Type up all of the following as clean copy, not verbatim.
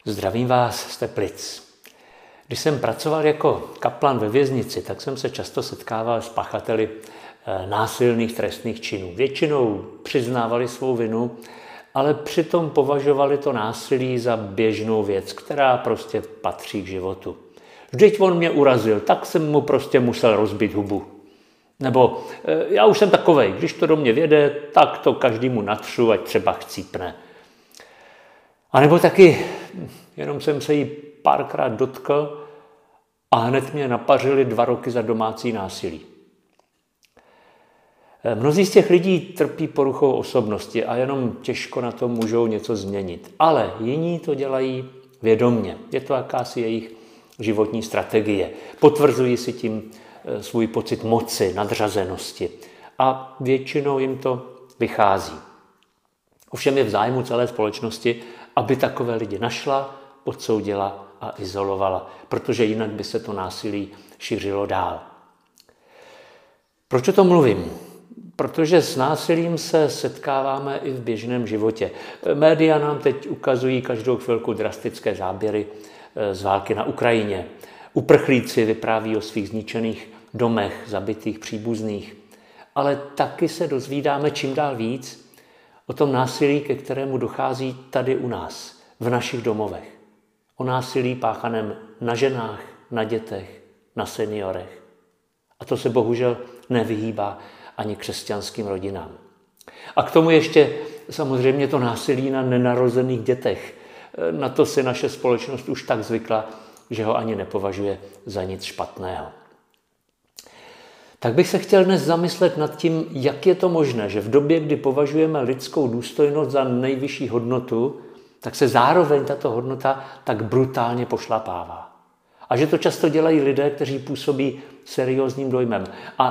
Zdravím vás z Teplic. Když jsem pracoval jako kaplan ve věznici, tak jsem se často setkával s pachateli násilných trestných činů. Většinou přiznávali svou vinu, ale přitom považovali to násilí za běžnou věc, která prostě patří k životu. Vždyť on mě urazil, tak jsem mu prostě musel rozbít hubu. Nebo já už jsem takovej, když to do mě vjede, tak to každému natřu, ať třeba chcípne. A nebo taky, jenom jsem se jí párkrát dotkl a hned mě napařili 2 roky za domácí násilí. Mnozí z těch lidí trpí poruchou osobnosti a jenom těžko na tom můžou něco změnit. Ale jiní to dělají vědomně. Je to jakási jejich životní strategie. Potvrzují si tím svůj pocit moci, nadřazenosti. A většinou jim to vychází. Ovšem je v zájmu celé společnosti, aby takové lidi našla, odsoudila a izolovala, protože jinak by se to násilí šířilo dál. Proč o tom mluvím? Protože s násilím se setkáváme i v běžném životě. Média nám teď ukazují každou chvilku drastické záběry z války na Ukrajině. Uprchlíci vypráví o svých zničených domech, zabitých příbuzných. Ale taky se dozvídáme čím dál víc o tom násilí, ke kterému dochází tady u nás, v našich domovech. O násilí páchaném na ženách, na dětech, na seniorech. A to se bohužel nevyhýbá ani křesťanským rodinám. A k tomu ještě samozřejmě to násilí na nenarozených dětech. Na to si naše společnost už tak zvykla, že ho ani nepovažuje za nic špatného. Tak bych se chtěl dnes zamyslet nad tím, jak je to možné, že v době, kdy považujeme lidskou důstojnost za nejvyšší hodnotu, tak se zároveň tato hodnota tak brutálně pošlapává. A že to často dělají lidé, kteří působí seriózním dojmem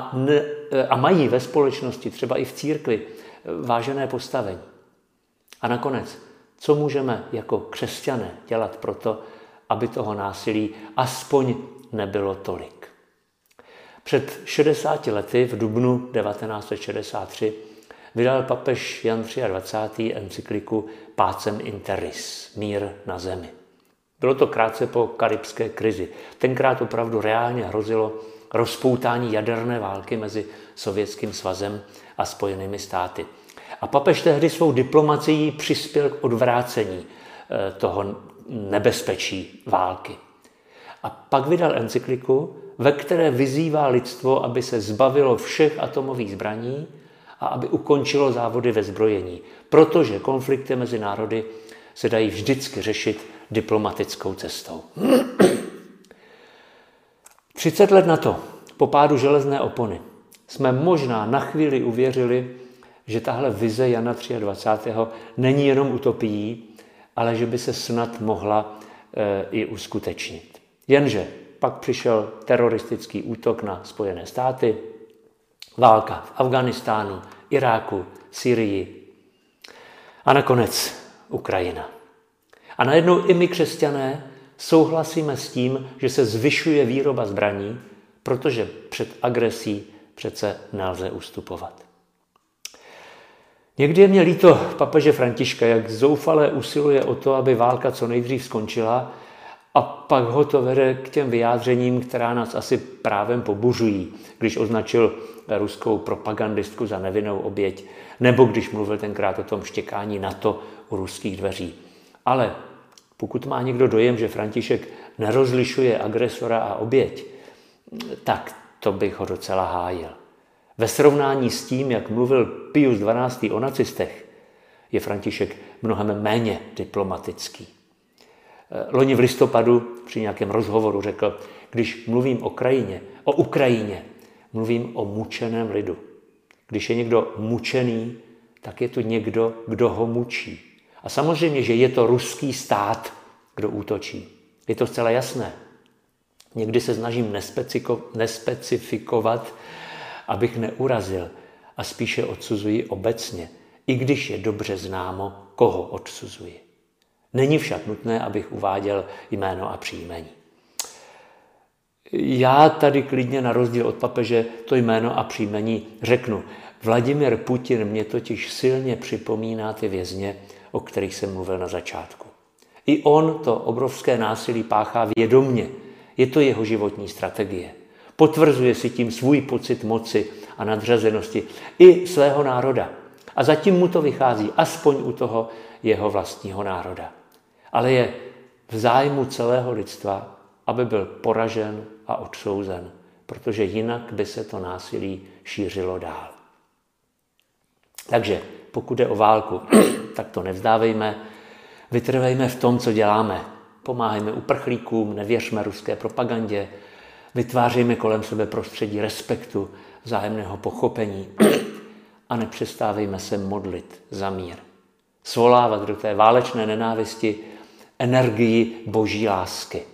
a mají ve společnosti, třeba i v církvi, vážené postavení. A nakonec, co můžeme jako křesťané dělat proto, aby toho násilí aspoň nebylo tolik? Před 60 lety, v dubnu 1963, vydal papež Jan 23. encykliku Pacem in terris, mír na zemi. Bylo to krátce po karibské krizi. Tenkrát opravdu reálně hrozilo rozpoutání jaderné války mezi Sovětským svazem a Spojenými státy. A papež tehdy svou diplomacií přispěl k odvrácení toho nebezpečí války. A pak vydal encykliku, ve které vyzývá lidstvo, aby se zbavilo všech atomových zbraní a aby ukončilo závody ve zbrojení, protože konflikty mezi národy se dají vždycky řešit diplomatickou cestou. 30 let na to, po pádu železné opony, jsme možná na chvíli uvěřili, že tahle vize Jana 23. není jenom utopií, ale že by se snad mohla i uskutečnit. Jenže pak přišel teroristický útok na Spojené státy, válka v Afghánistánu, Iráku, Syrii a nakonec Ukrajina. A najednou i my, křesťané, souhlasíme s tím, že se zvyšuje výroba zbraní, protože před agresí přece nelze ustupovat. Někdy je mě líto papeže Františka, jak zoufale usiluje o to, aby válka co nejdřív skončila, a pak ho to vede k těm vyjádřením, která nás asi právem pobuřují, když označil ruskou propagandistku za nevinnou oběť, nebo když mluvil tenkrát o tom štěkání NATO u ruských dveří. Ale pokud má někdo dojem, že František nerozlišuje agresora a oběť, tak to bych ho docela hájil. Ve srovnání s tím, jak mluvil Pius XII. O nacistech, je František mnohem méně diplomatický. Loni v listopadu při nějakém rozhovoru řekl, když mluvím o Ukrajině, mluvím o mučeném lidu. Když je někdo mučený, tak je to někdo, kdo ho mučí. A samozřejmě, že je to ruský stát, kdo útočí. Je to zcela jasné. Někdy se snažím nespecifikovat, abych neurazil, a spíše odsuzuji obecně, i když je dobře známo, koho odsuzuji. Není však nutné, abych uváděl jméno a příjmení. Já tady klidně na rozdíl od papeže to jméno a příjmení řeknu. Vladimir Putin mě totiž silně připomíná ty vězně, o kterých jsem mluvil na začátku. I on to obrovské násilí páchá vědomně. Je to jeho životní strategie. Potvrzuje si tím svůj pocit moci a nadřazenosti i svého národa. A zatím mu to vychází, aspoň u toho jeho vlastního národa. Ale je v zájmu celého lidstva, aby byl poražen a odsouzen, protože jinak by se to násilí šířilo dál. Takže pokud jde o válku, tak to nevzdávejme, vytrvejme v tom, co děláme. Pomáhejme uprchlíkům, nevěřme ruské propagandě, vytvářejme kolem sebe prostředí respektu, vzájemného pochopení a nepřestávejme se modlit za mír. Svolávat do té válečné nenávisti energii boží lásky.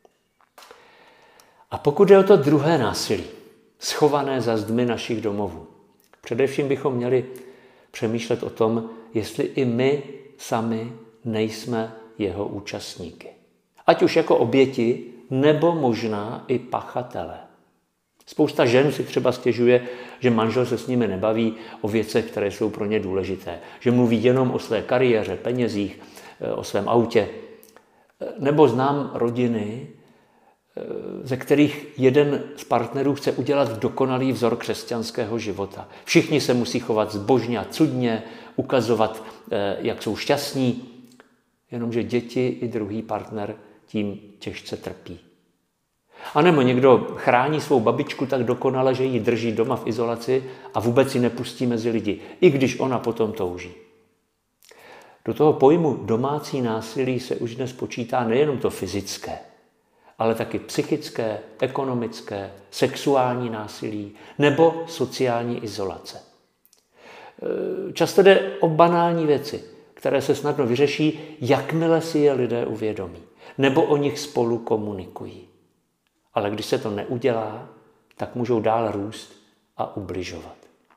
A pokud jde o to druhé násilí, schované za zdmi našich domovů, především bychom měli přemýšlet o tom, jestli i my sami nejsme jeho účastníky. Ať už jako oběti, nebo možná i pachatele. Spousta žen si třeba stěžuje, že manžel se s nimi nebaví o věcech, které jsou pro ně důležité. Že mluví jenom o své kariéře, penězích, o svém autě. Nebo znám rodiny, ze kterých jeden z partnerů chce udělat dokonalý vzor křesťanského života. Všichni se musí chovat zbožně a cudně, ukazovat, jak jsou šťastní, jenomže děti i druhý partner tím těžce trpí. A nebo někdo chrání svou babičku tak dokonale, že ji drží doma v izolaci a vůbec ji nepustí mezi lidi, i když ona potom touží. Do toho pojmu domácí násilí se už dnes počítá nejenom to fyzické, ale taky psychické, ekonomické, sexuální násilí nebo sociální izolace. Často jde o banální věci, které se snadno vyřeší, jakmile si je lidé uvědomí, nebo o nich spolu komunikují. Ale když se to neudělá, tak můžou dál růst a ubližovat.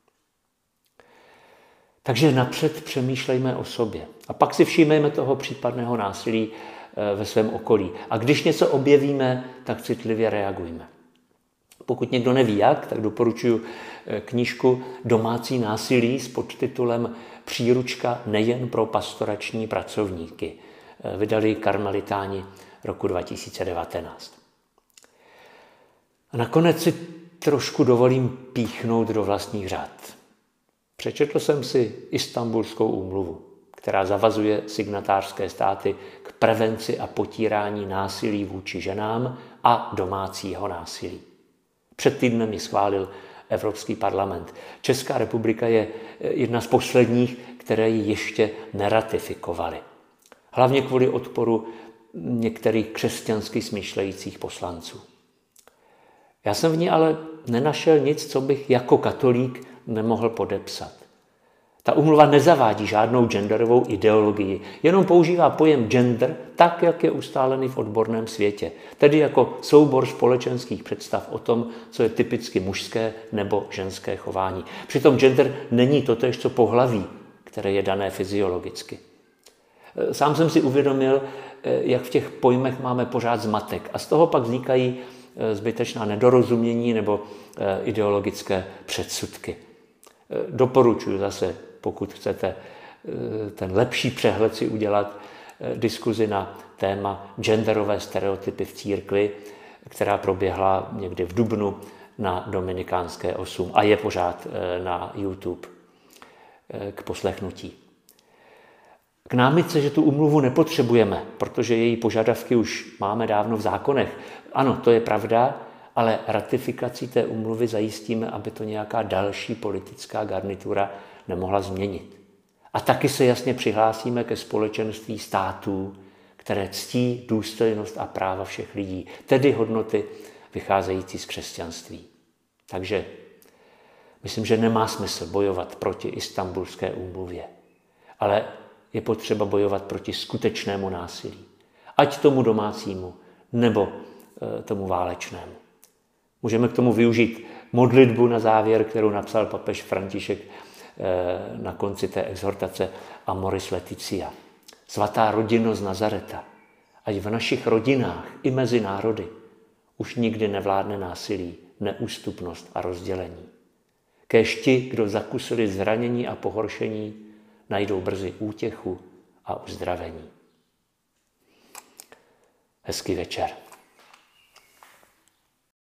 Takže napřed přemýšlejme o sobě a pak si všímejme toho případného násilí ve svém okolí. A když něco objevíme, tak citlivě reagujme. Pokud někdo neví jak, tak doporučuji knížku Domácí násilí s podtitulem Příručka nejen pro pastorační pracovníky. Vydali karmelitáni roku 2019. A nakonec si trošku dovolím píchnout do vlastních řád. Přečetl jsem si Istanbulskou úmluvu, která zavazuje signatářské státy k prevenci a potírání násilí vůči ženám a domácího násilí. Před týdnem ji schválil Evropský parlament. Česká republika je jedna z posledních, které ji ještě neratifikovaly. Hlavně kvůli odporu některých křesťansky smýšlejících poslanců. Já jsem v ní ale nenašel nic, co bych jako katolík nemohl podepsat. Ta úmluva nezavádí žádnou genderovou ideologii, jenom používá pojem gender tak, jak je ustálený v odborném světě, tedy jako soubor společenských představ o tom, co je typicky mužské nebo ženské chování. Přitom gender není totéž, co pohlaví, které je dané fyziologicky. Sám jsem si uvědomil, jak v těch pojmech máme pořád zmatek a z toho pak vznikají zbytečná nedorozumění nebo ideologické předsudky. Doporučuji zase, pokud chcete ten lepší přehled si udělat, diskuzi na téma genderové stereotypy v církvi, která proběhla někdy v dubnu na Dominikánské 8 a je pořád na YouTube k poslechnutí. K námitce, že tu úmluvu nepotřebujeme, protože její požadavky už máme dávno v zákonech. Ano, to je pravda, ale ratifikací té úmluvy zajistíme, aby to nějaká další politická garnitura nemohla změnit. A taky se jasně přihlásíme ke společenství států, které ctí důstojnost a práva všech lidí, tedy hodnoty vycházející z křesťanství. Takže myslím, že nemá smysl bojovat proti Istanbulské úmluvě, ale je potřeba bojovat proti skutečnému násilí. Ať tomu domácímu, nebo tomu válečnému. Můžeme k tomu využít modlitbu na závěr, kterou napsal papež František na konci té exhortace Amoris Laetitia. Svatá rodino z Nazareta, ať v našich rodinách i mezi národy už nikdy nevládne násilí, neústupnost a rozdělení. Kéž ti, kdo zakusili zranění a pohoršení, najdou brzy útěchu a uzdravení. Hezký večer.